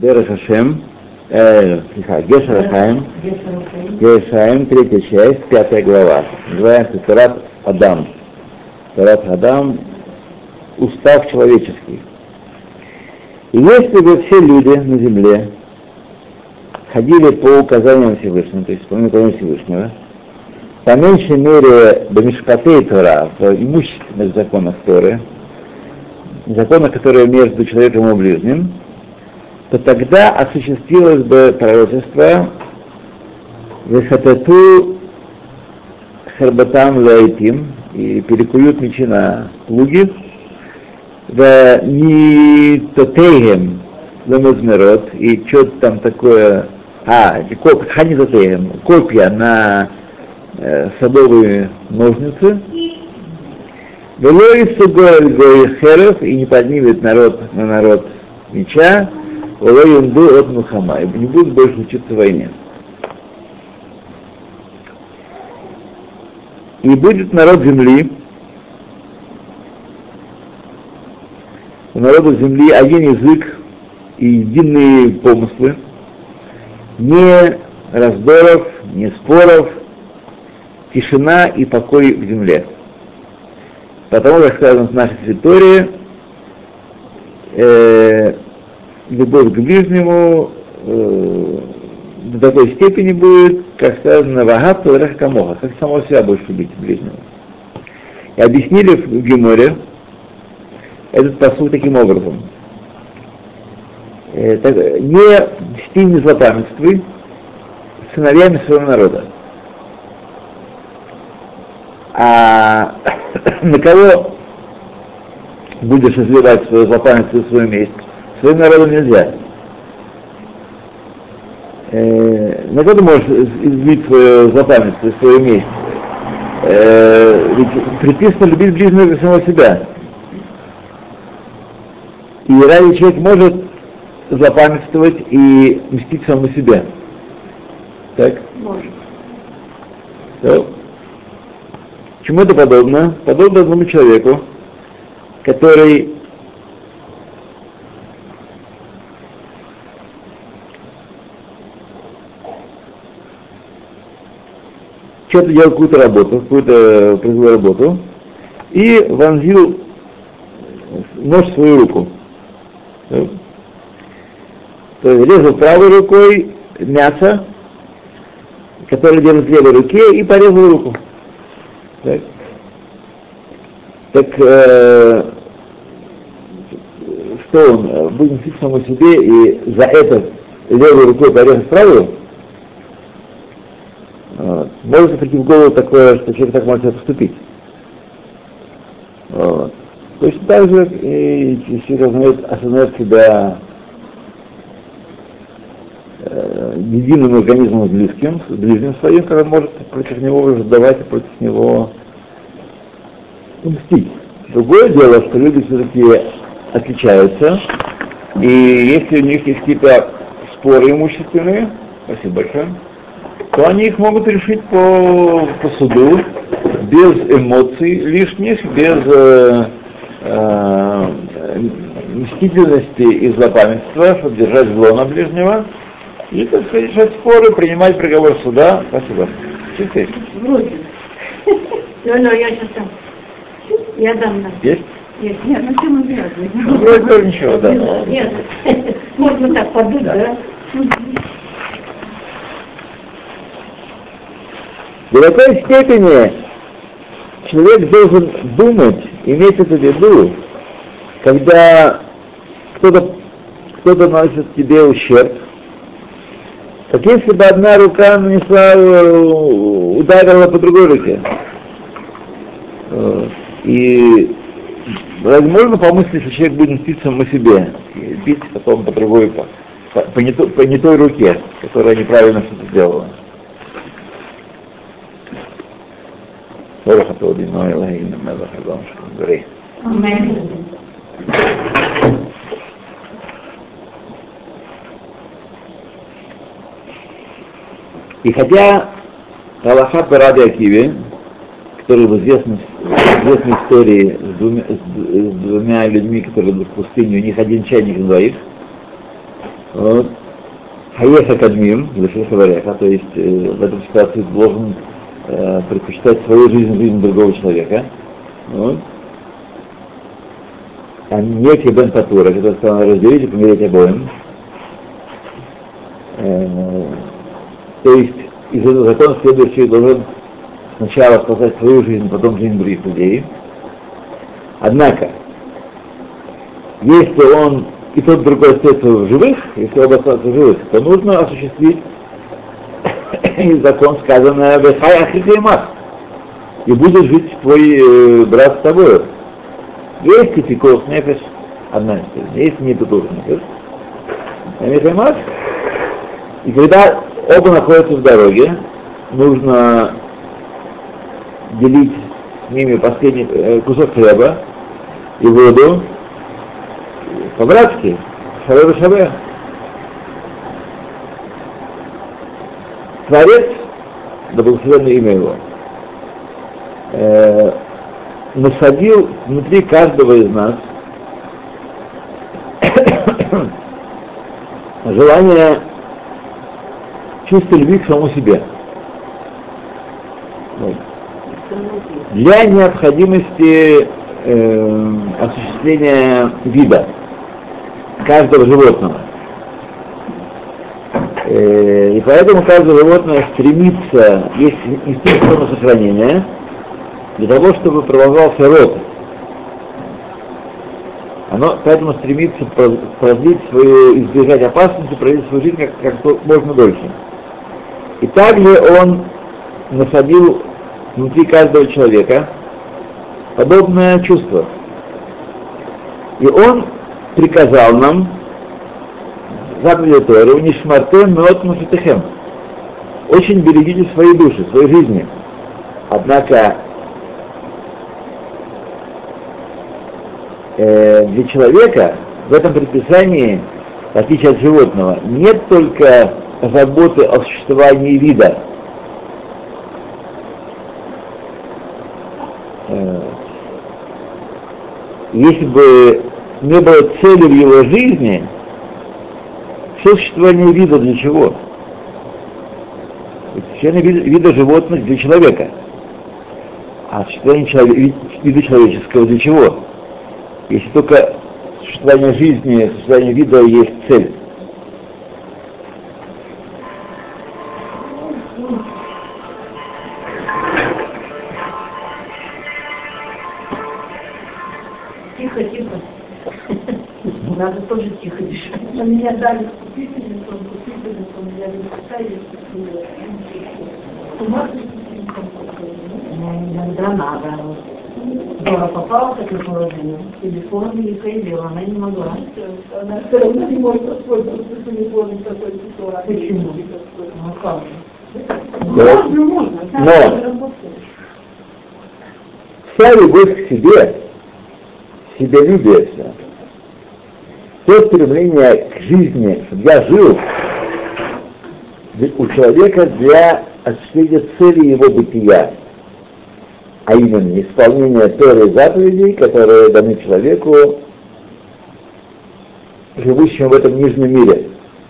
Дерех Хашем, Гешер Хаим, третья часть, 5 глава. Называется Торат Адам. Торат Адам, устав человеческий. И если бы все люди на земле ходили по указаниям Всевышнего, то есть по указаниям Всевышнего, по меньшей мере бамишпатей Тора, в имущественных законах Торы, законах, которые между человеком и ближним, то тогда осуществилось бы пророчество «Вехатату хербатам лаитим» и перекуют мечи на плуги, «Ва нитотейгем ламазмерот» и что-то там такое, ханитотейгем, копья на садовые ножницы, «Велой суголь гой херев» и не поднимет народ на народ меча, «Велой янду от мухама» и не будут больше учиться войне. И будет народ земли, у народа земли один язык и единые помыслы, ни раздоров, ни споров, тишина и покой в земле. Потому, как сказано в нашей святой, любовь к ближнему до такой степени будет, как сказано, вагат тавреха камоха, как самого себя больше любить ближнего. И объяснили в Геморе этот посыл таким образом. Не чти, не злопамятствуй сыновьями своего народа. А на кого будешь изливать свое злопамятство и свою месть? Своим народом нельзя. На кого ты можешь излить свое злопамятство и свою месть? Ведь предписано любить ближнего как самого себя. И разве человек может злопамятствовать и мстить самому себе? Так? Может. То. Чему это подобно? Подобно одному человеку, который что-то делал, какую-то работу, произвел работу, и вонзил нож в свою руку. То есть резал правой рукой мясо, которое держит в левой руке, и порезал руку. Так что он будет мстить самому себе и за это левой рукой порезать правую? Может прийти в голову такое, что человек так может поступить. Точно так же и человек осознает себя единым организмом с ближним своим, который может против него давать, против него мстить. Другое дело, что люди все-таки отличаются, и если у них есть какие-то споры имущественные, спасибо большое, то они их могут решить по суду, без эмоций лишних, без мстительности и злопамятства, чтобы держать зло на ближнего, и, так сказать, решать споры, принимать приговор суда. Спасибо. Чистый? Вроде. Ну, я сейчас там. Я дам на. Есть? Нет, ну чем он делает? Вроде тоже ничего, да. Нет, можно так подуть, да? До какой степени человек должен думать, иметь это в виду, когда кто-то наносит тебе ущерб, как если бы одна рука нанесла, ударила по другой руке. И возможно помыслить, что человек будет мстить самому себе, и бить потом по другой, по не той руке, которая неправильно что-то сделала. И хотя галаха по Раби Акиве, который в известной истории с двумя людьми, которые идут в пустыню, у них один чайник на двоих, Вот. Хаеха кадмим, то есть в этой ситуации должен предпочитать свою жизнь другого человека. Вот. А не бен патура, который сказал разделить и помереть обоим. То есть из этого закона следующий должен сначала спасать свою жизнь, потом жизнь других людей. Однако, если он и тот, и другой остается в живых, если оба остаются в живых, то нужно осуществить закон, сказанный «Вехай ахиха имах», и будет жить твой брат с тобой. Есть и пикох нефеш, одна история, есть не пикох нефеш. Вехай имах. И когда оба находятся в дороге, нужно делить с ними последний кусок хлеба и воду по-братски, шаве-шаве. Творец, да благословенное имя его, насадил внутри каждого из нас желание чувства любви к самому себе. Для необходимости осуществления вида каждого животного. И поэтому каждое животное стремится, есть инстинкт самосохранения, для того, чтобы продолжался род. Оно поэтому стремится продлить свою, избежать опасности, продлить свою жизнь как можно дольше. И также он насадил внутри каждого человека подобное чувство. И он приказал нам, заповедь Торы, «Унишмартем меот муфитехем». Очень берегите свои души, свои жизни. Однако для человека в этом предписании, в отличие от животного, нет только заботы о существовании вида. Если бы не было цели в его жизни, все существование вида для чего? Существование вида животных для человека. А существование вида человеческого для чего? Если только существование жизни, существование вида есть цель. Тихо, тихо. Надо тоже тихо дышать. На меня дали купить телефон, я не пытаюсь. Иногда надо. Дора попала в такое положение, телефон не появила, она не могла. Она все равно не может воспользоваться телефоном в такой ситуации. Почему? Ну как же? Можно. Но вся любовь к себе, себялюбие все, то стремление к жизни, чтобы я жил, у человека для осуществления цели его бытия, а именно исполнение Торы и заповедей, которые даны человеку, живущему в этом нижнем мире.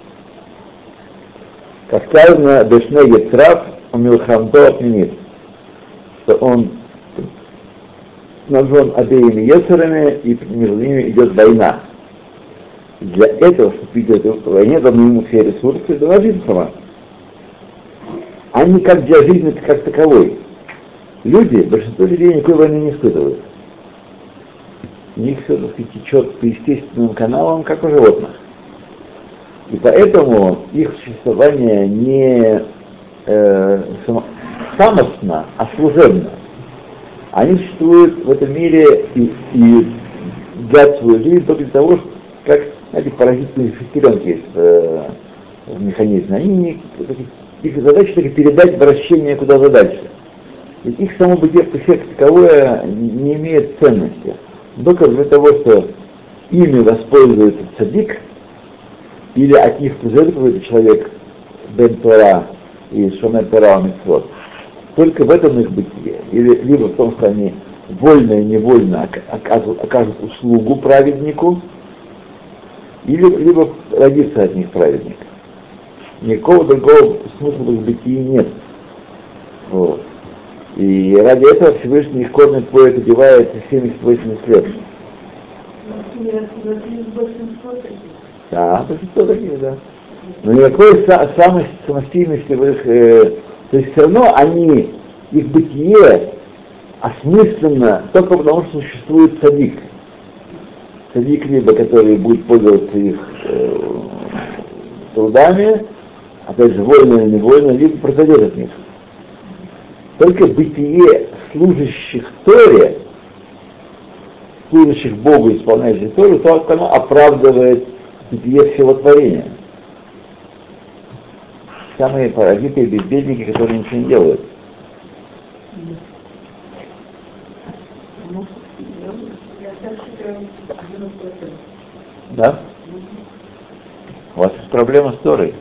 Как сказано, «Бешне Ецрав умилхамто отменит», что он снабжен обеими Ецерами, и между ними идет война. Для этого, чтобы видеть эту войне, даны ему все ресурсы, дана жизнь сама. А не как для жизни как таковой. Люди, большинство людей никакой войны не испытывают. У них все, так сказать, течет по естественным каналам, как у животных. И поэтому их существование не самостно, а служебно. Они существуют в этом мире и дать свою жизнь только для того, как, знаете, паразитные шестеренки есть в механизме. Их задача только передать вращение куда-то дальше. Ведь их само бытие как таковое не имеет ценности. Только для того, что ими воспользуется цадик, или от них произойдет какой-то человек бен Тора и шомер Тора мицвот, только в этом их бытие. Или либо в том, что они вольно и невольно окажут услугу праведнику, либо родится от них праведник. Никакого другого смысла в их бытии нет. Вот. И ради этого Всевышний их кормит, поет, одевает 70-80 лет. Да, большинство таких, да. Но никакой самостийности в их... то есть все равно их бытие осмысленно только потому, что существует цадик. Цадик, либо который будет пользоваться их трудами, опять же, вольно или невольно, либо произойдет от них. Только бытие служащих Торе, служащих Богу, исполняющих Тору, только оно оправдывает бытие всего творения. Самые паразиты и бездельники, которые ничего не делают. Да? У вас есть проблема с Торой.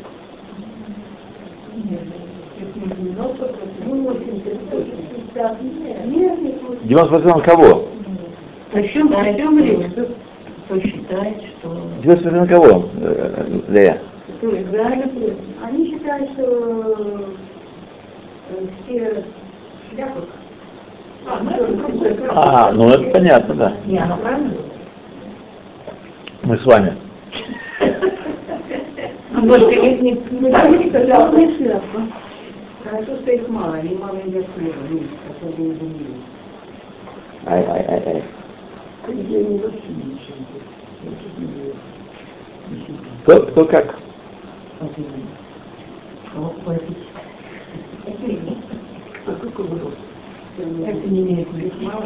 90% кого? О чем речь? Кто считает, что... 90% кого, Лея? Они считают, что все шляпы. Ну это понятно, да. Не, оно правильно? Мы с вами. Может, их не сказал, не шляпа. Хорошо, что их мало, они мало едят хлеба, особенно не земли. Ай. Кто как? Это не имеет мало,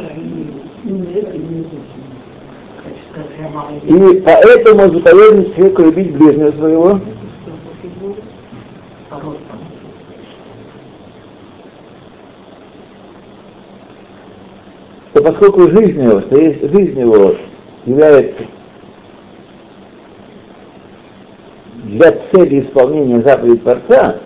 и поэтому заповедано человеку любить ближнего своего. То поскольку жизнь его является для цели исполнения заповедей Творца,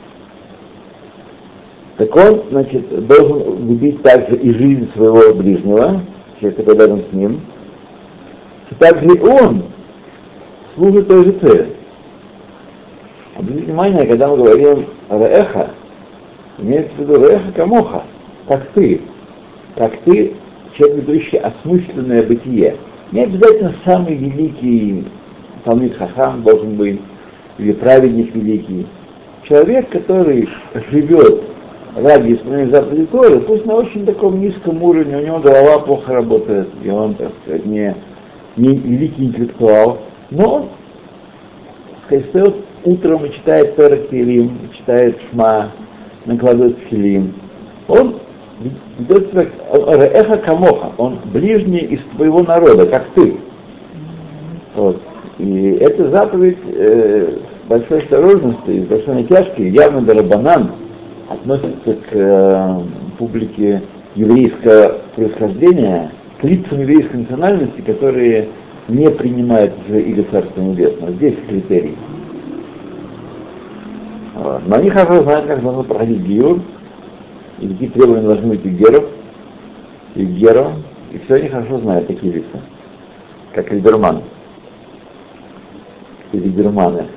так он, значит, должен любить также и жизнь своего ближнего, человека, который рядом с ним, и также и он служит той же цели. Обратите внимание, когда мы говорим «реэха», имеется в виду «реэха камоха», как ты, человек, ведущий осмысленное бытие. Не обязательно самый великий Талмид Хахам должен быть, или праведник великий. Человек, который живет ради исполнения заповедей Торы, пусть на очень таком низком уровне, у него голова плохо работает, и он, так сказать, не великий интеллектуал, но он, так сказать, встает утром и читает Перек Теилим, читает Шма, накладывает Тфилин. Он ведет себя Реэха Камоха, он ближний из твоего народа, как ты. Вот. И эта заповедь с большой осторожностью, с большой натяжкой, явно дарабанан, относится к публике еврейского происхождения, к лицам еврейской национальности, которые не принимают уже иго Царства Небесного. Здесь критерий. Вот. Но они хорошо знают, как должно проходить гиюр, и какие требования должны быть у геров, и геров, и все они хорошо знают, такие лица, как Либерман. И Либерманы.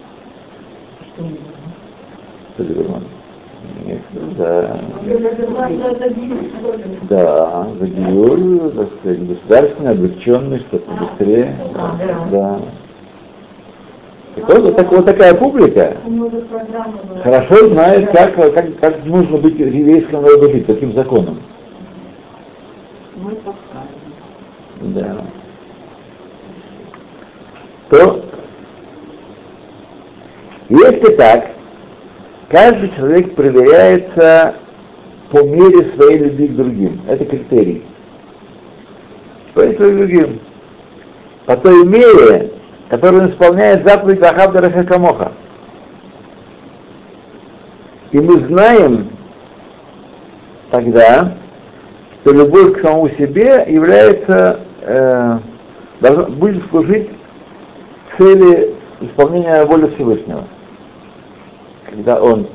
Что Либерман? Да, за гиюр, так сказать, государственный, облегченный, что-то быстрее. Да. Вот такая публика хорошо знает, как нужно быть еврейскому народу жить, таким законом. Да. То, если так, каждый человек проверяется по мере своей любви к другим. Это критерий. По мере своей любви. По той мере, которую он исполняет заповедь Ахав Реэха Камоха. И мы знаем тогда, что любовь к самому себе является, будет служить цели исполнения воли Всевышнего. Когда он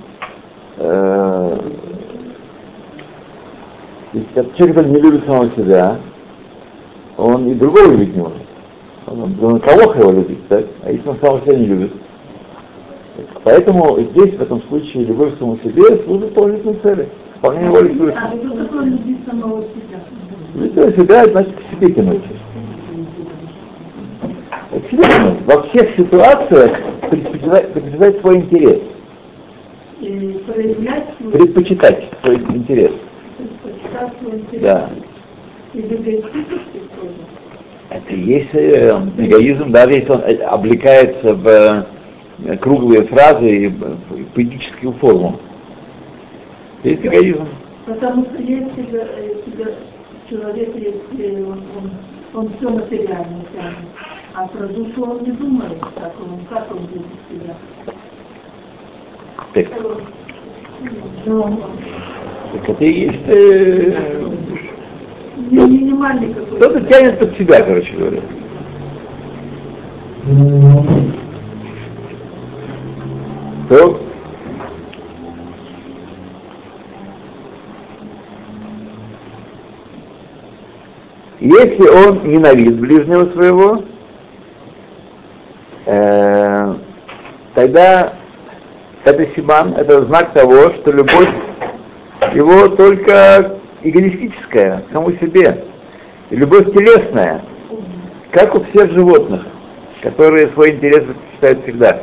человек, который не любит самого себя, он и другого любить не может. кого его любить, так? А если он сам себя не любит. Поэтому здесь, в этом случае, любовь к самому себе служит положительной цели. Вполне воли служит. А что такое любить самого себя? Любить самого себя, значит, к себе тянуть. К себе тянуть. Во всех ситуациях предпочитать свой интерес. И проявлять свой... Предпочитать свой интерес. Предпочитать свой интерес. Да. И в эгоистически тоже. Это и есть эгоизм, даже если он облекается в круглые фразы и поэтическую форму. Есть эгоизм. Потому что если человек, если он все материально тянет, а про душу он не думает, как он видит себя. Так. Так это и есть... Минимальный какой-то. Кто-то тянет под себя, короче говоря. То если он ненавидит ближнего своего, тогда это симан, это знак того, что любовь его только эгоистическая, к самому себе. И любовь телесная, как у всех животных, которые свой интерес предпочитают всегда.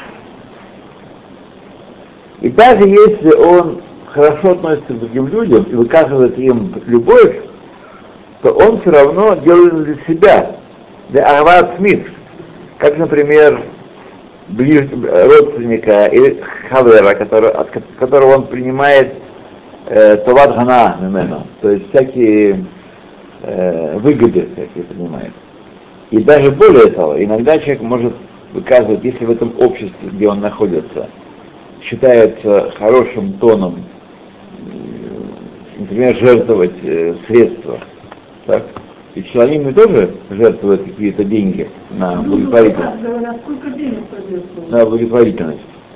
И даже если он хорошо относится к другим людям и выказывает им любовь, то он все равно делает для себя, для ават смит, как, например, родственника или хавера, от которого он принимает товат гана мимену, то есть всякие выгоды всякие принимает. И даже более того, иногда человек может выказывать, если в этом обществе, где он находится, считается хорошим тоном, например, жертвовать средства, так? И человек тоже жертвует какие-то деньги на благотворительность. На благотворительность.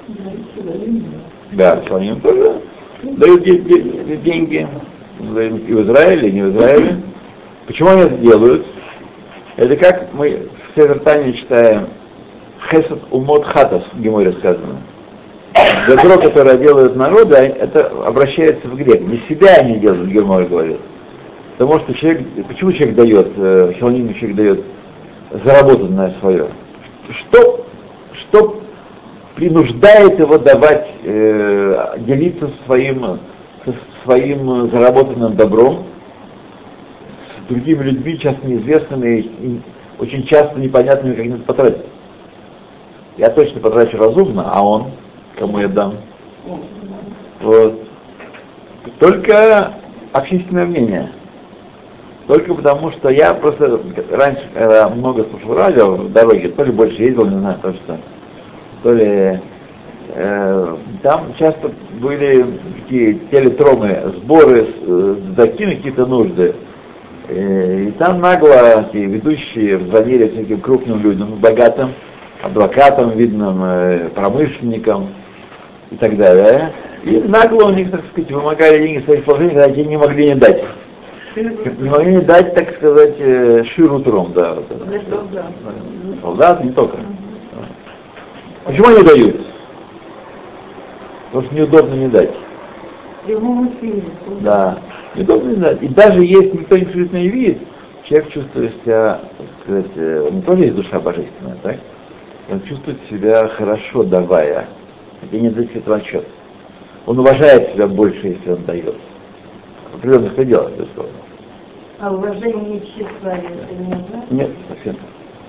Да, человек тоже дают деньги и в Израиле, и не в Израиле. Почему они это делают? Это как мы в Севертане читаем Хесед умот хатас, в Геморе сказано. Добро, которое делают народы, это обращается в грех. Не себя они делают, Гемор говорит. Потому что человек, почему человек дает, хилоним человек дает заработанное свое? Что принуждает его давать, делиться своим заработанным добром с другими людьми, часто неизвестными и очень часто непонятными, как надо потратить. Я точно потрачу разумно, а он, кому я дам? Вот. Только общественное мнение. Только потому, что я просто раньше, когда много слушал радио в дороге, то ли больше ездил, не знаю, то ли там часто были такие телетромы, сборы, закинуть какие-то нужды. И там нагло такие ведущие звонили всяким крупным людям, богатым, адвокатам, видным промышленникам и так далее. И нагло у них, так сказать, вымогали деньги своих положений, когда те не могли не дать. Не могли не дать, так сказать, ширутром, да. Вот это. Солдат не только. Почему они дают? Потому что неудобно не дать. Да, неудобно не дать. И даже если никто абсолютно не видит, человек чувствует себя, так сказать, у него тоже есть душа божественная, так? Он чувствует себя хорошо, давая. Хотя не дает этого отчет. Он уважает себя больше, если он дает. В определенных пределах, безусловно. А уважение тщеславия это не нужно? Нет, совсем.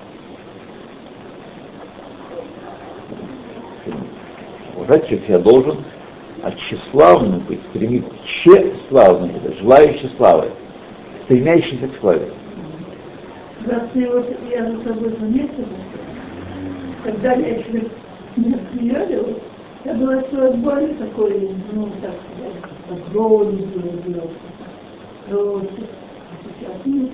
Уважать человек себя должен, а тщеславным быть, стремиться тщеславным, это желающий славы, стремящийся к славе. Просто вот я за собой заметила, когда я еще не приехала, я была все от боли такой, ну так сказать, огромный был. Но сейчас не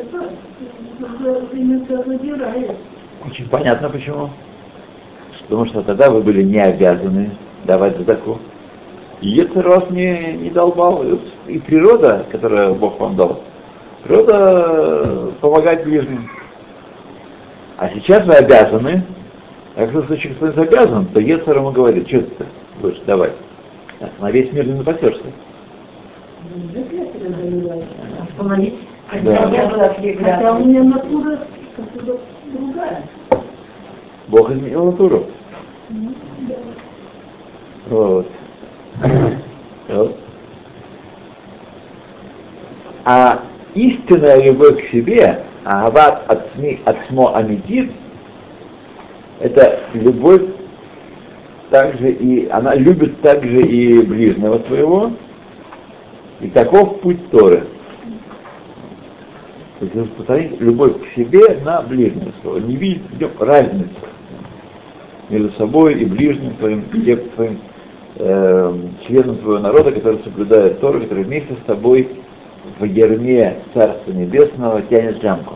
это задирает. Очень понятно почему. Потому что тогда вы были не обязаны давать задаку. И это вас не долбал. И природа, которую Бог вам дал, природа помогать ближним. А сейчас вы обязаны, а если человек становится обязан, то Ецер ему говорит, что ты будешь давать? На весь мир не напасешься. Остановить. Да. Хотя у меня натура как-то другая. Бог изменил натуру. Вот. Вот. А истинная любовь к себе, агават ацмо амитит, это любовь также и, она любит также и ближнего своего, и таков путь Торы. То есть распространить любовь к себе на ближнего своего. Не видеть в нем разницы между собой и ближним твоим, и твоим членом твоего народа, который соблюдает Тору, который вместе с тобой в ярме Царства Небесного тянет лямку.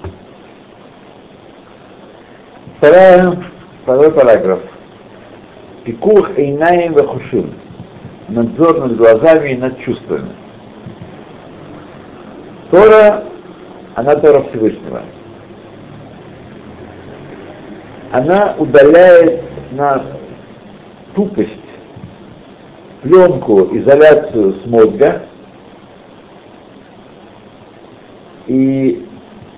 Второй параграф. Пикух эйнаем вахушим. Надзор над глазами и над чувствами. Тора, она Тора Всевышнего. Она удаляет на тупость, пленку, изоляцию с мозга и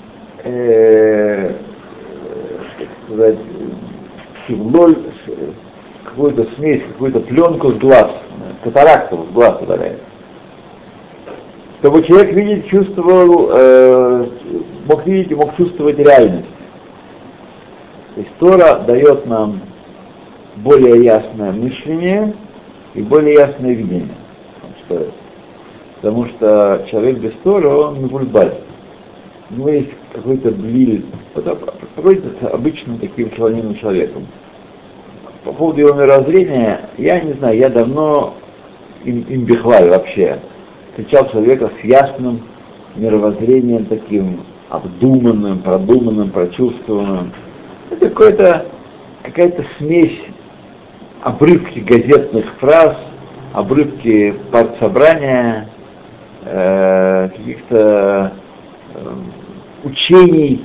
какую-то смесь, какую-то пленку с глаз, катаракту с глаз удаляет. Чтобы человек мог видеть и мог чувствовать реальность. То есть Тора дает нам более ясное мышление и более ясное видение. Потому что человек без Торы, он мебульбаль. У него есть какой-то блиль, какой-то обычным таким человеком. По поводу его мировоззрения, я не знаю, я давно имбихваль вообще встречал человека с ясным мировоззрением таким обдуманным, продуманным, прочувствованным. Это какая-то смесь, обрывки газетных фраз, обрывки партсобрания, каких-то учений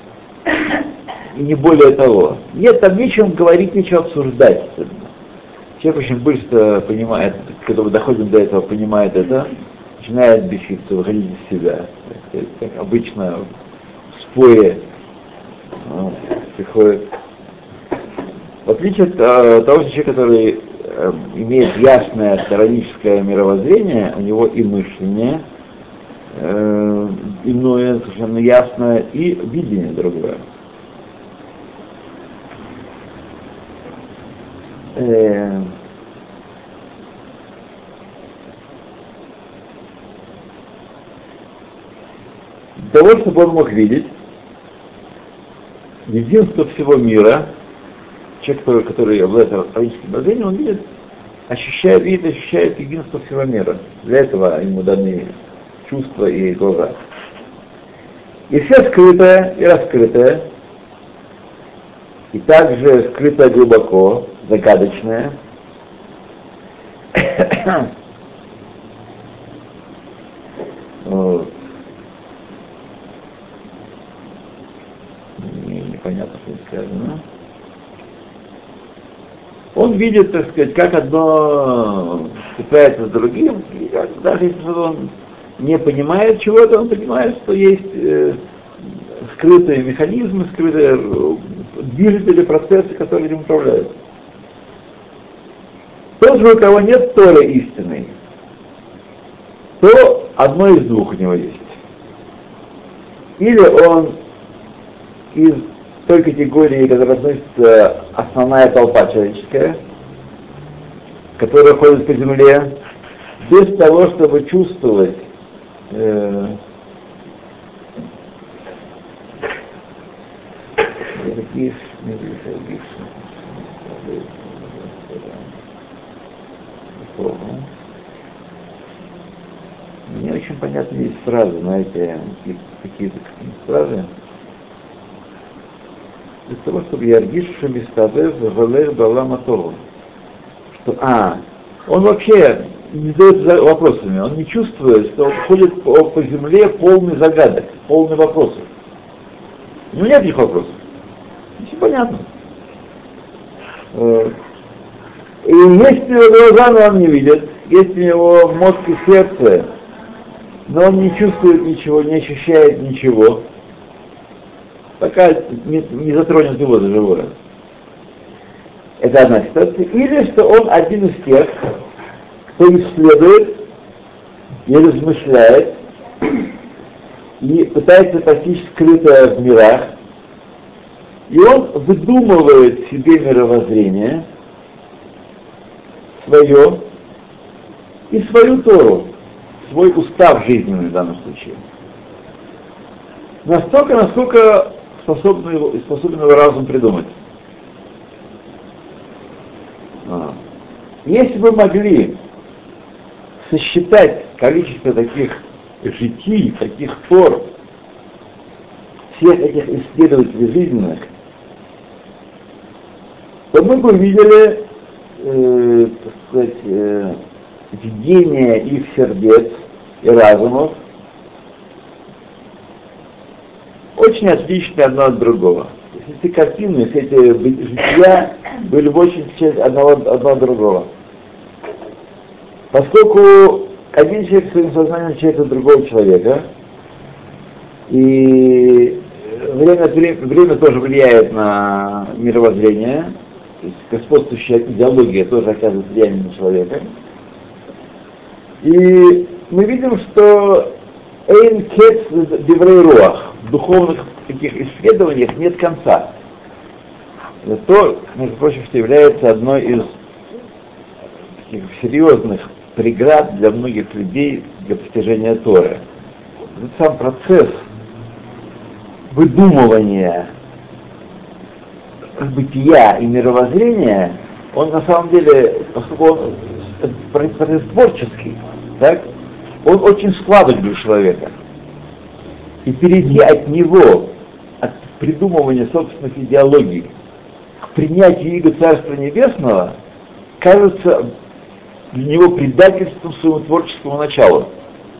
и не более того. Нет, там нечем говорить, нечего обсуждать. Человек очень быстро понимает, когда мы доходим до этого, понимает это, начинает беситься, выходить из себя. Как обычно в споре приходит. В отличие от того человека, который имеет ясное стороническое мировоззрение, у него и мышление иное, совершенно ясное, и видение другое. Для того, чтобы он мог видеть единство всего мира, человек, который обладает органическим мировоззрением, он видит, ощущает единство всего мира. Для этого ему даны чувства и глаза. И все скрытое и раскрытое, и также скрытое глубоко, загадочное, вот. Непонятно, что сказано. Он видит, так сказать, как одно цепляется с другим, и даже если он не понимает чего-то, он понимает, что есть скрытые механизмы, скрытые движители, процессы, которые им управляют. Тот же, у кого нет Торы истинной, то одно из двух у него есть. Или он из той категории, которая относится основная толпа человеческая, которая ходит по земле, без того, чтобы чувствовать мне очень понятны есть фразы, знаете, какие-то фразы. Для того, чтобы яргишь мистабе валер балама тору. Что, он вообще не задает вопросами, он не чувствует, что он ходит по земле полный загадок, полный вопросов. У него нет этих вопросов. Все понятно. И если его глаза, но он не видит, если у него мозг и сердце, но он не чувствует ничего, не ощущает ничего, пока не затронет его за живое. Это одна ситуация. Или что он один из тех, кто исследует и размышляет, и пытается постичь скрытое в мирах, и он выдумывает себе мировоззрение свое и свою Тору, свой устав жизненный в данном случае. Настолько, насколько способен его разум придумать. Если бы могли сосчитать количество таких житий, таких Тор, всех этих исследователей жизненных, то мы бы видели, так сказать, видение их сердец и разумов очень отличны одно от другого. Эти картины, все эти жития были бы очень одно от другого. Поскольку один человек своим сознанием отличается от другого человека, и время тоже влияет на мировоззрение, то есть господствующая идеология тоже оказывает влияние на человека. И мы видим, что эйн кец деврей руах, в духовных таких исследованиях нет конца. Это то, между прочим, что является одной из таких серьезных преград для многих людей для постижения Торы. Этот сам процесс выдумывания бытия и мировоззрения, он на самом деле, поскольку он процесс творческий, так, он очень слабый для человека. И перейти от него, от придумывания собственных идеологий, к принятию иго Царства Небесного, кажется для него предательством своему творческому началу.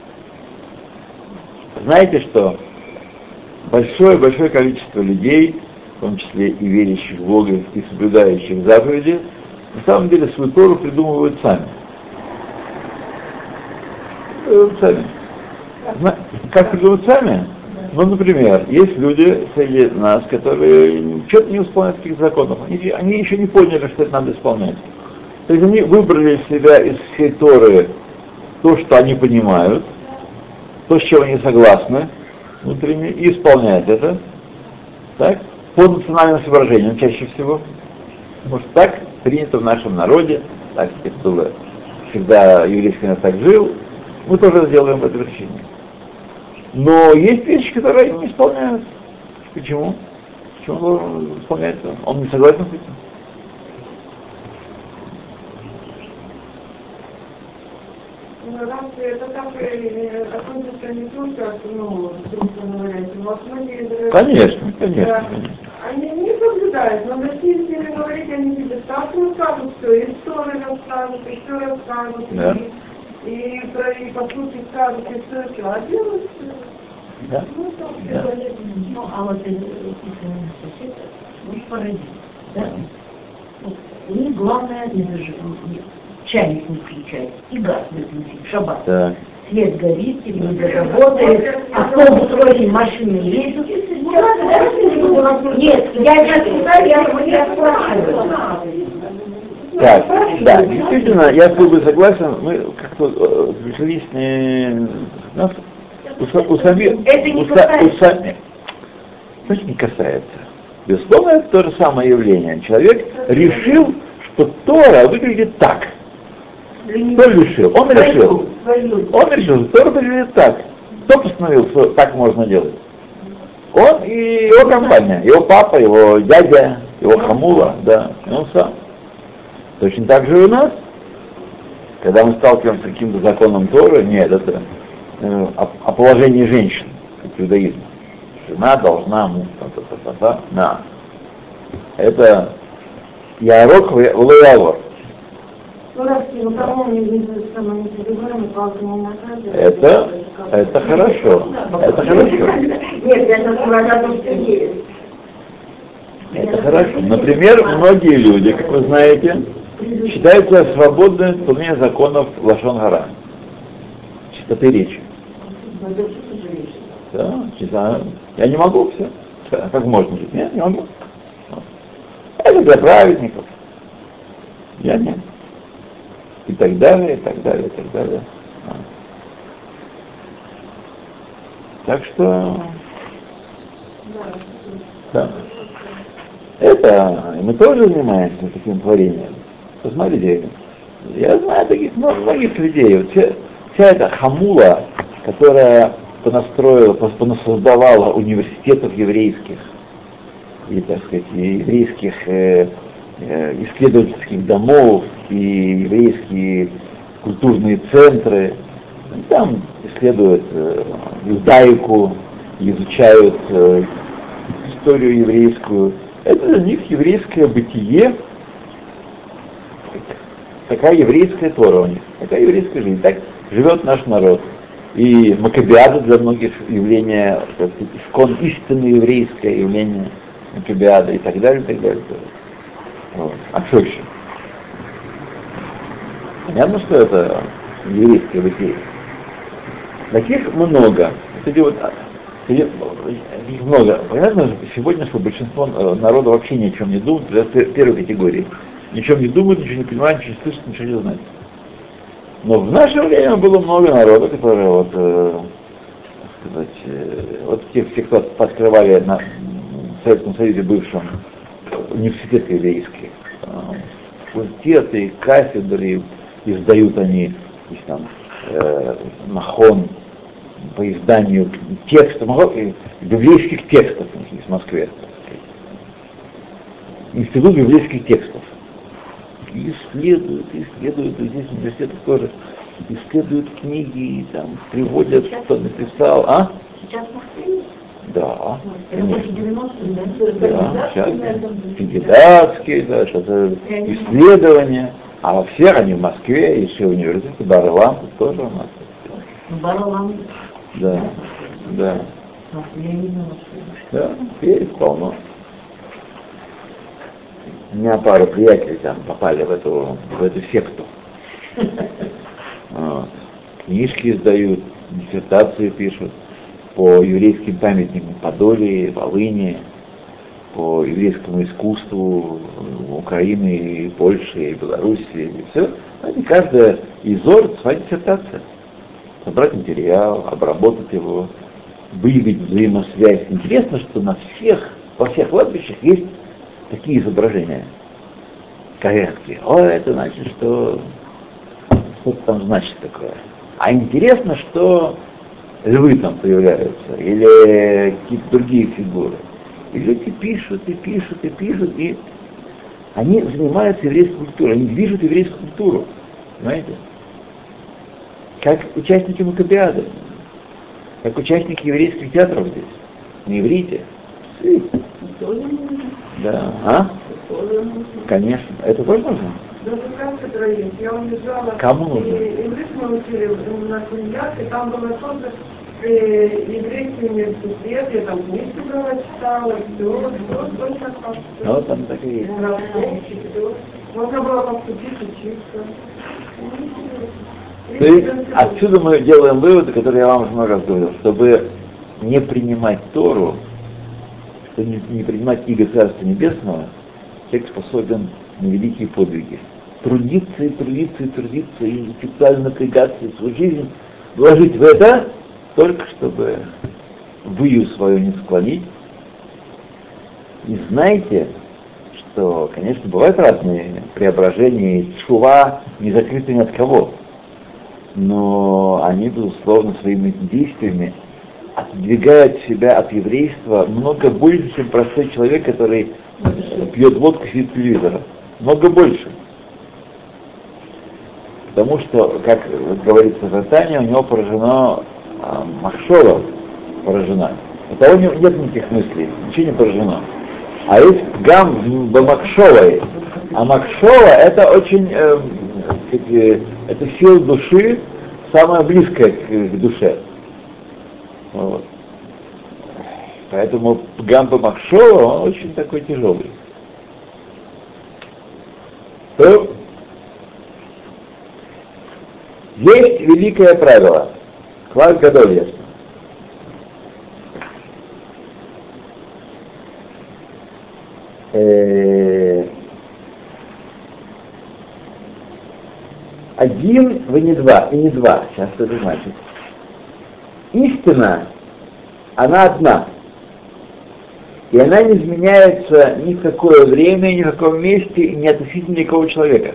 Знаете, что большое количество людей, в том числе и верящих в Бога, и соблюдающих заповеди, на самом деле свою Тору придумывают сами. Как придумывают сами? Ну, например, есть люди среди нас, которые что-то не исполняют таких законов. Они еще не поняли, что это надо исполнять. То есть они выбрали для себя из всей Торы то, что они понимают, то, с чем они согласны внутренне, и исполняют это, так, по национальным соображениям чаще всего. Потому что так принято в нашем народе, так было всегда еврейский народ так жил, мы тоже сделаем это решение. Но есть вещи, которые они не исполняют. Почему? Почему он должен исполнять это? Он не согласен с этим. Разве это так относится не только, собственно говоря, вот многие... Конечно. Они не соблюдают, но если говорить, они тебе так расскажут все, и истории расскажут, и все расскажут, да. и по сути скажут, и все, а делают все. Да. Ну, а вот если сосед, может породить, да? У них главное чайник не включать, и газ выключить в шаббат. Да. Свет горит, телевизор работает, автобус ходит, машины ездят. Нет, я спрашиваю. Так, да, действительно, я с тобой согласен, мы как-то пришли с нас у самих... Это не касается. Значит, не касается. Безусловно, это то же самое явление. Человек решил, что Тора выглядит так. Кто решил? Он решил. Он решил, что Тора выглядит так. Кто постановил, что так можно делать? Он и его компания, его папа, его дядя, его хамула, да, и он сам. Точно так же и у нас. Когда мы сталкиваемся с каким-то законом Торы, нет, это о положении женщин, как иудаизм. Жена должна, на. Это ярок влоявор. Это хорошо. Это хорошо. Нет, я не есть. Это хорошо. Например, многие люди, как вы знаете, считают себя свободными в исполнении законов лашон гара, чистоты речи. Да, я не могу, все. Как можно жить? Нет, не могу. Это для праведников. Я нет. И так далее, и так далее, и так далее. Так что... Да. Это мы тоже занимаемся таким творением. Посмотрите, я знаю таких многих людей. Вот вся эта хамула, которая понасоздавала университетов еврейских и, так сказать, еврейских исследовательских домов и еврейские культурные центры. Там исследуют иудаику, изучают историю еврейскую. Это для них еврейское бытие, такая еврейская Тора у них, такая еврейская жизнь. Так живет наш народ. И Маккабеада для многих явление, так сказать, исконно истинное еврейское явление Маккабеада и так далее, и так далее. Вот. А что еще? Понятно, что это еврейское бытие. Таких много. Их много. Понятно, сегодня, что большинство народа вообще ни о чем не думает, это первой категории. Ни о чем не думают, ничего не понимают, ничего не слышат, ничего не знают. Но в наше время было много народа, которые вот те, кто пооткрывали в Советском Союзе бывшем университеты еврейские, факультеты, кафедры, издают они, там, махон по изданию текстов, библейских текстов у них есть в Москве. Институт библейских текстов. Исследуют, и здесь в университетах тоже исследуют книги, там, приводят, сейчас, кто написал. А? Сейчас в Москве? Да. Это больше 90-х, да? Сейчас кандидатские, да, это исследования. А во всех они в Москве, еще в университете, Бар-Илан тоже у нас. Бар-Илан? Да, да. Я не знаю. Да, есть полно. У меня пару приятелей там попали в эту секту. Вот. Книжки издают, диссертации пишут по еврейским памятникам Подоле, Волыни, по еврейскому искусству Украины, и Польши, и Белоруссии, и все. Они каждая изор своя диссертация. Собрать материал, обработать его, выявить взаимосвязь. Интересно, что во всех кладбищах есть такие изображения. Корректные. Это значит, что что-то там значит такое. А интересно, что львы там появляются, или какие-то другие фигуры. И люди пишут, и они занимаются еврейской культурой, они движут еврейскую культуру. Понимаете? Как участники Маккабеады, как участники еврейских театров здесь, на иврите. Да. А? Конечно. Это тоже нужно? Я уезжала. Кому нужно? Иврит мы учили на семьях, и там было тоже еврейский университет, я там книжки брала, читала, все точно как. Ну, там так и есть. Можно было поступить, учиться. То есть отсюда мы делаем выводы, которые я вам уже много раз говорил, чтобы не принимать Тору, чтобы не принимать иго Царства Небесного, человек способен на великие подвиги. Трудиться, и интеллектуально напрягаться, и свою жизнь вложить в это, только чтобы выю свою не склонить. И знайте, что, конечно, бывают разные преображения, и тшува не закрыты ни от кого. Но они, безусловно, своими действиями отдвигают себя от еврейства много больше, чем простой человек, который пьет водку и сидит телевизора. Много больше. Потому что, как говорится в Тане, у него поражено Махшова поражена. У того нет никаких мыслей, ничего не поражено. А есть гам Бамакшова. А Макшова это очень, это сила души, самая близкая к душе. Вот. Поэтому Гамба Махшова, он очень такой тяжелый. То есть великое правило. Класс Гадоль ясно. Один, вы не два, и не два. Сейчас что это значит. Истина, она одна. И она не изменяется ни в какое время, ни в каком месте, и не относительно никакого человека.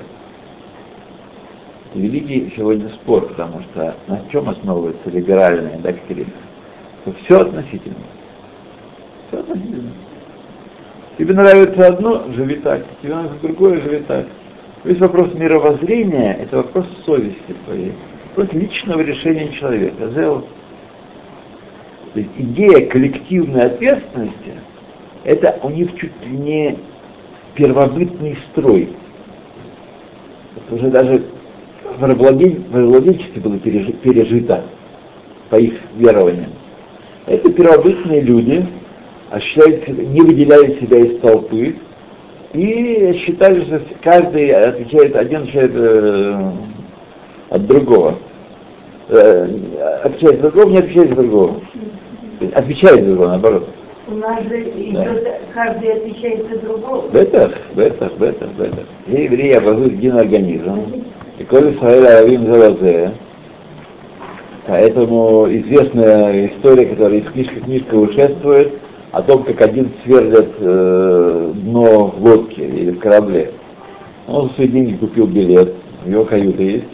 Великий сегодня спор, потому что на чем основывается либеральная доктрина? Что все относительно. Все относительно. Тебе нравится одно, живи так. Тебе нравится другое, живи так. Весь вопрос мировоззрения — это вопрос совести твоей. Вопрос личного решения человека. То есть идея коллективной ответственности — это у них чуть ли не первобытный строй. Это уже даже в рабовладельчестве было пережито по их верованиям. Это первобытные люди, не выделяли себя из толпы и считали, что каждый отвечает, один отвечает от другого. Отвечает за другого, не отвечает за другого. Отвечает за другого, наоборот. У нас же идет, каждый отвечает за другого. Бетах. Все евреи образуют един организм. И коли Исраэль Аравим Залазе. Поэтому известная история, которая из книжки в книжку ушествует, о том, как один сверлит дно в лодке или в корабле. Он за свои деньги купил билет, в его каюта есть.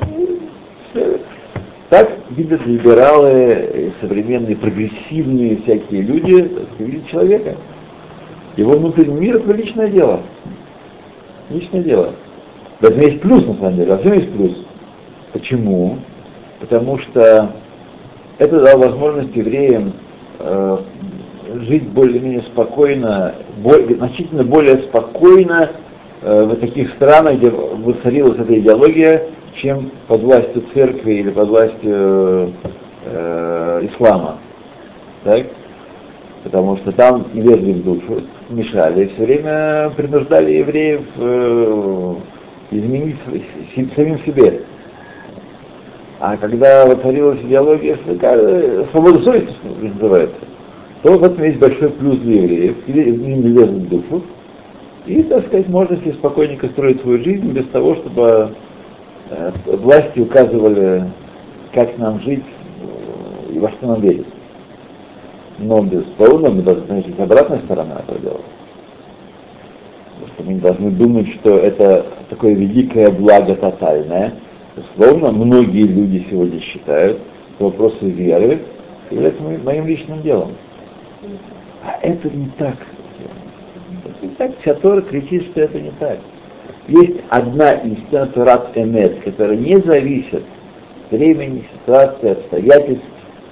Так видят либералы, современные, прогрессивные всякие люди, видят человека. Его внутренний мир — это личное дело. Личное дело. В этом есть плюс, на самом деле, во всем есть плюс. Почему? Потому что это дало возможность евреям жить более-менее спокойно, значительно более спокойно в таких странах, где воцарилась эта идеология, чем под властью церкви или под властью ислама. Так? Потому что там не лезли в душу, мешали, и все время принуждали евреев изменить самим себе. А когда воцарилась идеология, свобода совести называется, то в этом есть большой плюс для евреев, не лезут в душу, и, так сказать, можно себе спокойненько строить свою жизнь без того, чтобы власти указывали, как нам жить и во что нам верить. Но, безусловно, мы должны знать, что обратная сторона этого дела. Потому что мы не должны думать, что это такое великое благо тотальное. Безусловно, многие люди сегодня считают, что вопросы веры являются моим личным делом. А это не так. Это не так. Вся Тора кричит, что это не так. Есть одна истина, Торат Эмет, которая не зависит от времени, ситуации, обстоятельств.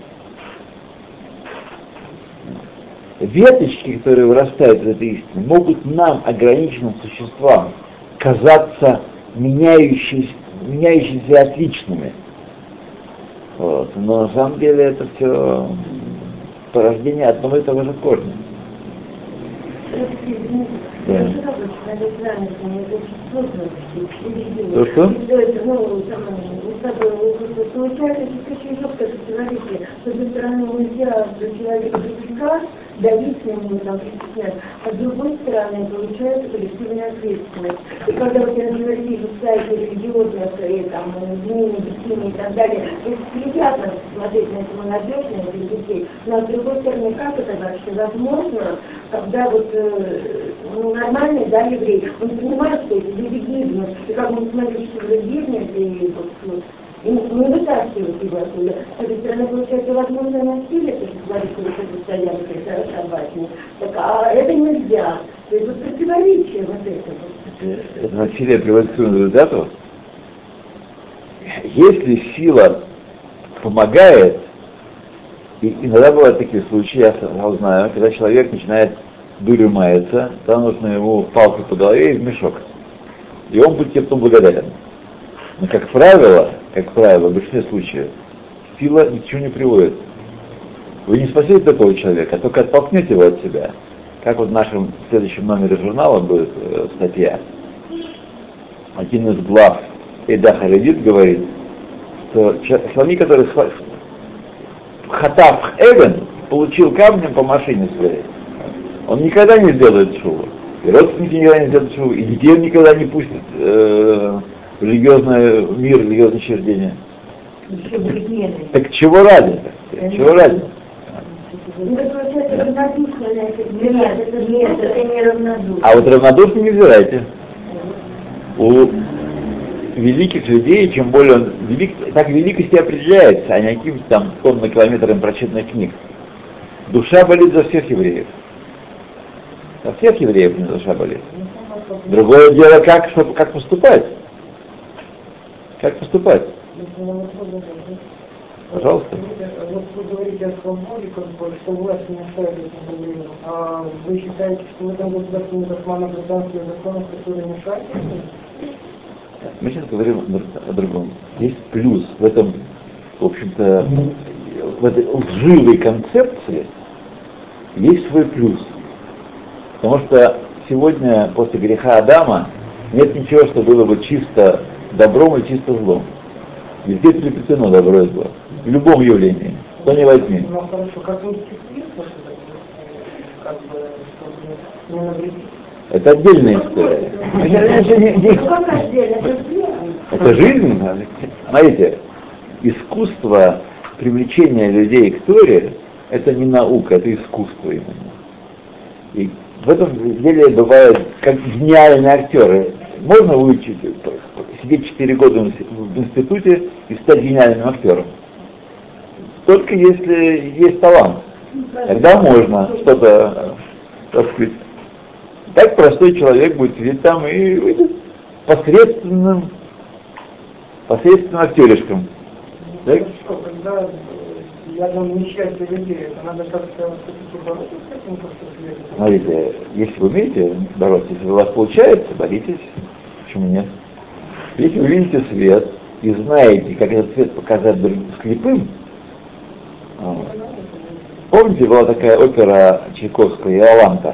Веточки, которые вырастают из этой истины, могут нам, ограниченным существам, казаться меняющимися отличными. Вот. Но на самом деле это все порождение одного и того же корня. Да. Что? Получается, очень жестко противоречие. С одной стороны, нельзя человека пресекать, давить на него, там, притеснять, а с другой стороны, получается коллективная ответственность. И когда вот я вижу сайты религиозных, и там, медицины и так далее, это приятно смотреть на эту молодежь, на этих детей, но с другой стороны, как это вообще возможно, когда вот нормальный, да, еврей, он понимает, что это люди, и как он смотрит, что вы бизнес, и вот, и не вытаскивать его оттуда. С этой стороны, получается, возможно насилие, то, что говорится, вот это постоянно, это шаббатник. Так, а это нельзя. То есть вот противоречие вот это. Это насилие приводит к своему результату. Если сила помогает, и иногда бывают такие случаи, я знаю, когда человек начинает дурью маяться, то нужно ему палку по голове и в мешок. И он будет тебе потом благодарен. Но, как правило, в большинстве случаев, сила ни к чему не приводит. Вы не спасете такого человека, а только оттолкнете его от себя. Как вот в нашем следующем номере журнала будет статья. Один из глав Эйда Харидит говорит, что человек, который хатав эвен, получил камнем по машине своей, он никогда не сделает шуву. И родственники никогда не сделают шуву, и детей он никогда не пустит в религиозный мир, религиозное учреждение. Так чего ради? Чего ради? А вот равнодушно не взирайте. У великих людей, чем более он велик, так великости определяется, а не каким-то там тонны километрами прочитанных книг. Душа болит за всех евреев. За всех евреев у меня душа болит. Другое дело, как поступать. Как поступать? Пожалуйста. Вот вы говорите о свободе, что власть не оставит это время. А вы считаете, что в этом государстве нет османо-британских законов, которые мешают? Мы сейчас говорим о другом. Есть плюс в этом, в общем-то, в этой лживой концепции есть свой плюс. Потому что сегодня, после греха Адама, нет ничего, что было бы чисто добром и чисто злом. Везде переплетено добро и зло. В любом явлении. Что не возьми. Ну хорошо, как вы не навредить? Это отдельная история. Это жизнь. Смотрите, искусство привлечения людей к Торе — это не наука, это искусство именно. И в этом деле бывают как гениальные актеры. Можно выучить, сидеть 4 года в институте и стать гениальным актером. Только если есть талант. Тогда можно что-то, так сказать. Так простой человек будет сидеть там и выйдет посредственным актеришком. Так? Хорошо, когда я думаю, несчастье людей, это надо как-то бороться с этим, просто следует. Смотрите, если вы умеете бороться, если у вас получается, боритесь. Почему нет? Если вы видите свет и знаете, как этот свет показать слепым, помните, была такая опера Чайковского «Иоланта»?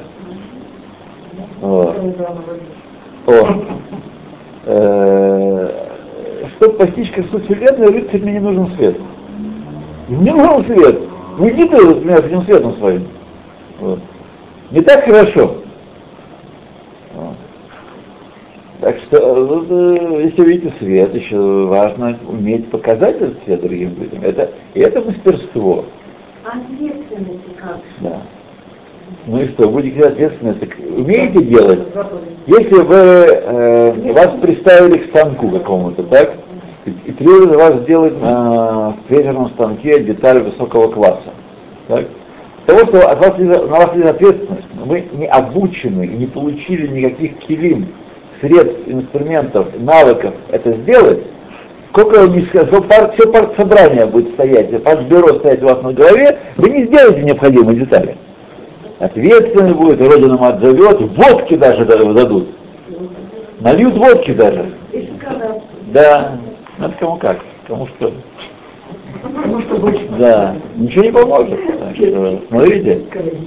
Чтобы постичь как суть вселенной, рыцарь, мне не нужен свет. Мне нужен свет. Уйди ты от меня с этим светом своим. Вот. Не так хорошо. Вот. Так что, если видите свет, еще важно уметь показать этот свет другим людям. Это мастерство. Ответственность как? Да. Ну и что, будете ответственны, так умеете делать? Если вы вас приставили к станку какому-то, так? И требует вас сделать на фрезерном станке деталь высокого класса. Так? Того, что на вас лежит ответственность, вы не обучены и не получили никаких килим, средств, инструментов, навыков это сделать, сколько вам не сказал, все партсобрание будет стоять, партбюро стоять у вас на голове, вы не сделаете необходимые детали. Ответственный будет, Родина вам отзовет, водки даже дадут. Нальют водки даже. Да, это кому как, кому что. Да, ничего не поможет. Так что, смотрите,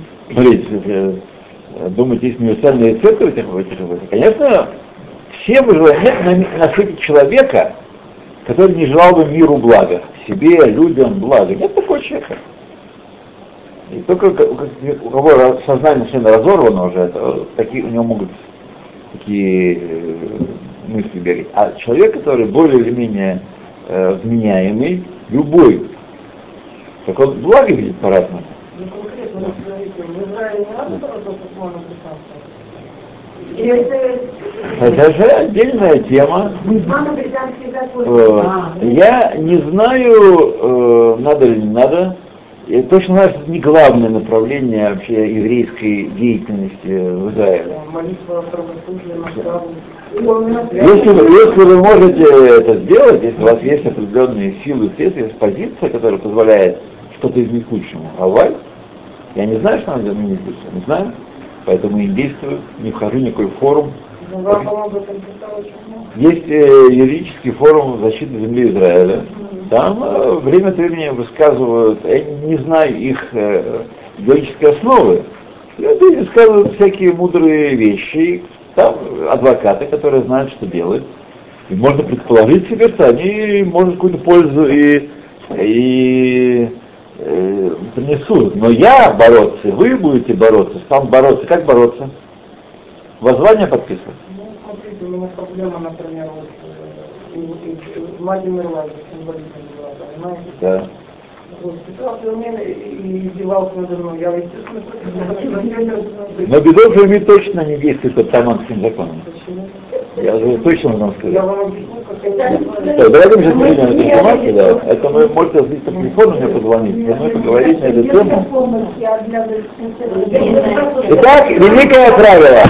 думаете, есть универсальные рецепты в этих вопросах? Конечно, все бы желали, нет на свете человека, который не желал бы миру блага, себе, людям блага. Нет такого человека. И только у кого сознание совершенно разорвано уже, такие, у него могут такие мысли бегать. А человек, который более или менее вменяемый, любой, так он благо видит по-разному. Ну конкретно, смотрите, в Израиле не надо бороться с османо-британцами? Это же отдельная тема. Я не знаю, надо или не надо. Я точно знаю, что это не главное направление вообще еврейской деятельности в Израиле. Если вы можете это сделать, если у вас есть определенные силы, средства, есть позиция, которая позволяет что-то изменить к лучшему, я не знаю, что надо изменить к лучшему, не знаю, поэтому и действую, не вхожу в никакой форум. Есть юридический форум защиты земли Израиля, Там время от времени высказывают, я не знаю их логической основы, люди высказывают всякие мудрые вещи, там адвокаты, которые знают, что делать, и можно предположить себе, что они, может, какую-то пользу и принесут. Но я бороться, вы будете бороться, там бороться. Как бороться? Воззвание подписывать? Ну, смотрите, у меня проблема, например, вот Владимир Владимирович, понимаете? Да. Вот, ситуация у меня и издевался надо мной, я, естественно, Но Бедовый точно не действует под таманским законом. Почему? Я уже точно вам Я сказал. вам объясню, как это... Давайте мы сейчас перейдем на эту информацию, да. Это вы можете по телефону мне позвонить, со мной поговорить на эту тему. Итак, великое правило.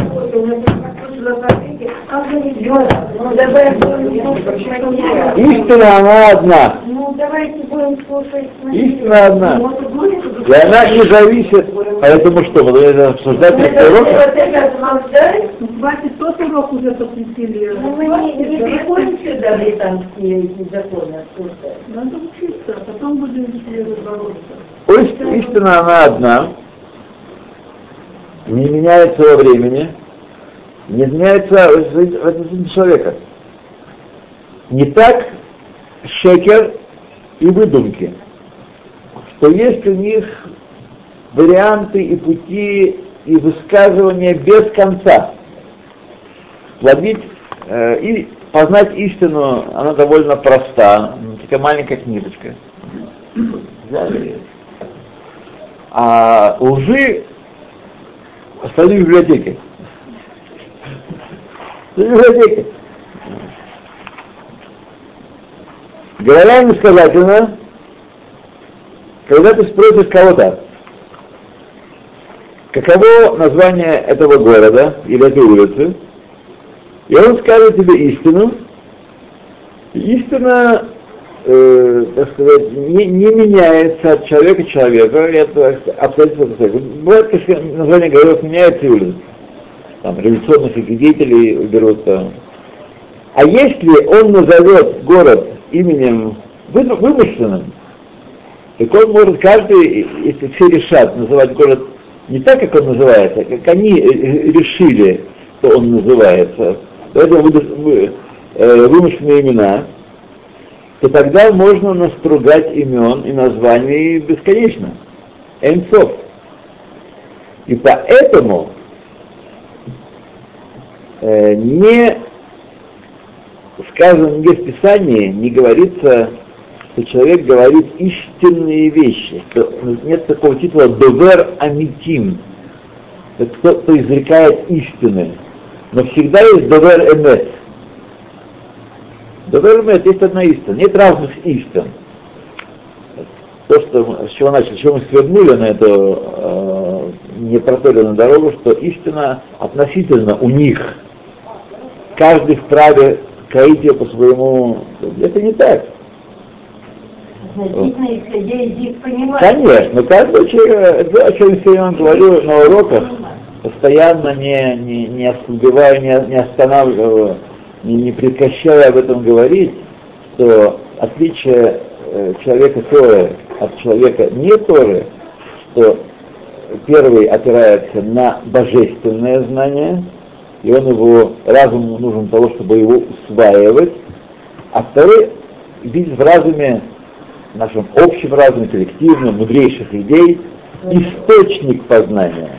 Истина, она одна. Ну, давайте будем слушать. Истина одна. И она не зависит. Поэтому что, мы должны обсуждать этот урок? Хватит тот урок уже посвятили. Ну, мы не приходим сюда британские эти законы обсуждать. Надо учиться, а потом будем бороться. Истина, она одна. Не меняется во времени. Не меняется в отношении человека. Не так шекер и выдумки, что есть у них варианты и пути и высказывания без конца. Ловить и познать истину, она довольно проста, такая маленькая книжечка. А лжи остальные в библиотеке. В библиотеке. Говоря иносказательно, когда ты спросишь кого-то, каково название этого города или этой улицы, и он скажет тебе истину, истина, так сказать, не меняется от человека к человеку, это обстоятельство. Бывает, конечно, название городов меняется и улиц. Там революционных деятелей берут. А если он назовет город именем вымышленным, так он может каждый, если все решат называть город не так, как он называется, как они решили, что он называется, поэтому вымышленные имена, то тогда можно настругать имен и названий бесконечно. Энцов. И поэтому не сказано нигде в Писании, не говорится, что человек говорит истинные вещи, что нет такого титула «довер амитим», это тот, кто изрекает истины, но всегда есть «довер эмет». «Довер эмет» есть одна истина, нет разных истин. То, с чего начали, с чего мы свернули на эту непроторенную дорогу, что истина относительно у них. Каждый вправе кроить ее по своему... Это не так. Значительно, исходя из их понимания. Конечно, каждый человек, это о чем я сегодня говорю на уроках, постоянно не ослабевая, не останавливая, не прекращая об этом говорить, что отличие человека Торы от человека не Торы, что первый опирается на божественное знание, и он его, разуму нужен для того, чтобы его усваивать, а второй видит в разуме, в нашем общем разуме, коллективном, мудрейших идей, источник познания.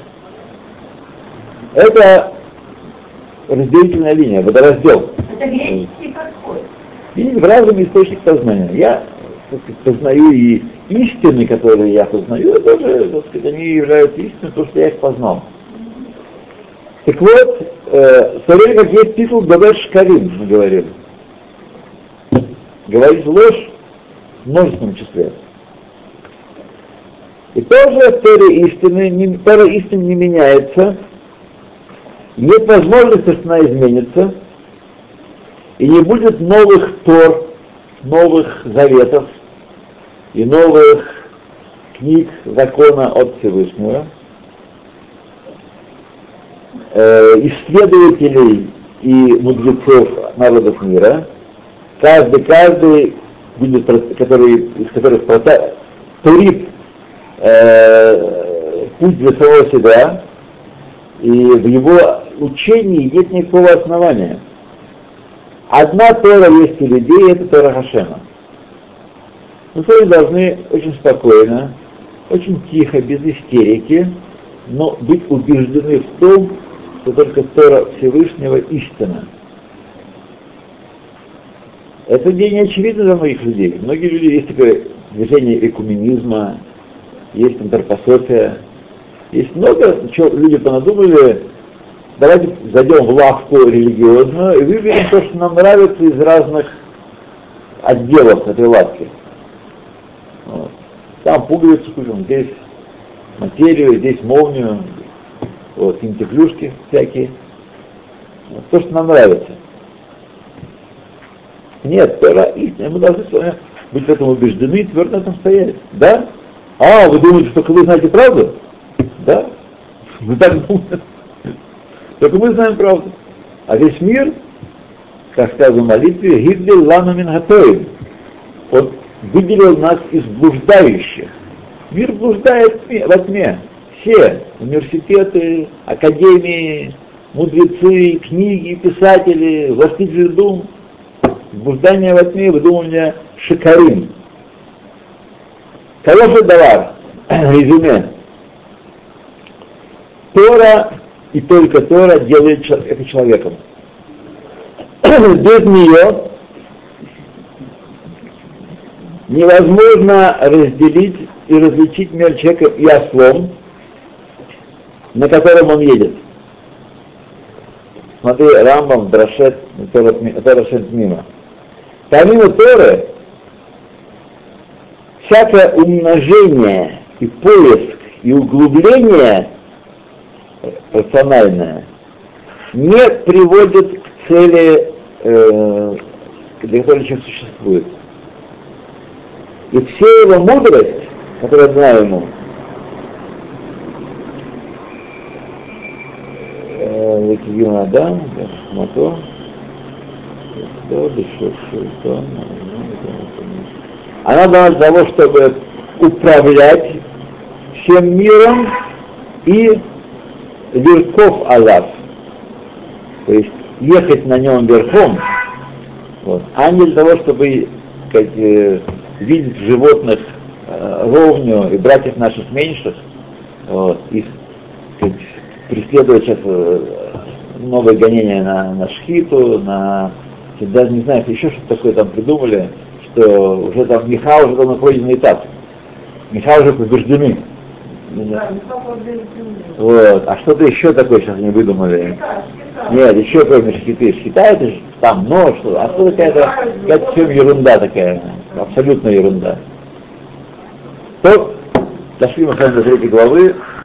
Это разделительная линия, водораздел. Это греческий подход. Видите, в разуме источник познания. Я, так сказать, познаю и истины, которые я познаю, тоже, так сказать, они являются истиной, потому что я их познал. Так вот, в то время как есть титул «Довер шкарим», мы говорили. Говорить ложь в множественном числе. И тоже в Торе истины не меняется, нет возможности, что она изменится, и не будет новых Тор, новых заветов и новых книг закона от Всевышнего. Исследователей и мудрецов народов мира, каждый из которых турит путь для самого себя, и в его учении нет никакого основания. Одна Тора есть у людей, это Тора Хашема. Мы с вами должны очень спокойно, очень тихо, без истерики, но быть убеждены в том, что только Тора Всевышнего истина. Это не очевидно для многих людей. Многие люди, есть такое движение экуменизма, есть антропософия, есть много чего люди понадумали. Давайте зайдем в лавку религиозную и выберем то, что нам нравится из разных отделов этой лавки. Вот. Там пуговицу купим, здесь материю, здесь молнию, вот, какие-нибудь клюшки всякие. Вот, то, что нам нравится. Нет, Тора истина, мы должны с вами быть в этом убеждены и твердо на этом стоять. Да? А, вы думаете, что вы знаете правду? Да? Вы так думаете? Только мы знаем правду. А весь мир, как сказано в молитве, «Гидли лану мин хатоим». Он выделил нас из блуждающих. Мир блуждает во тьме. Все университеты, академии, мудрецы, книги, писатели, властители дум. Блуждание во тьме, выдумывание шикарим. Хороший давар, резюме. Тора и только Тора делает человека человеком. Без нее невозможно разделить и различить мир человека и ослом, на котором он едет. Смотри, Рамбам, Драшет, Торашет Мима. Помимо Торы, всякое умножение и поиск и углубление рациональное не приводит к цели, для которой человек существует. И вся его мудрость, которую знаю ему, она дана для того, чтобы управлять всем миром и верхов Аллах, то есть ехать на нем верхом, вот, а не для того, чтобы видеть животных ровню и братьев наших меньших, вот, их преследовать сейчас новые гонения на шхиту, даже не знаю, еще что-то такое там придумали, что уже там Миха уже давно пройденный этап. Миха уже побеждены. Да, вот. А что-то еще такое сейчас не выдумали. Нет, еще кроме шхиты. Шхита это же там нож, что, а что какая-то все ерунда такая, абсолютная ерунда. То, дошли мы с вами до 3 главы.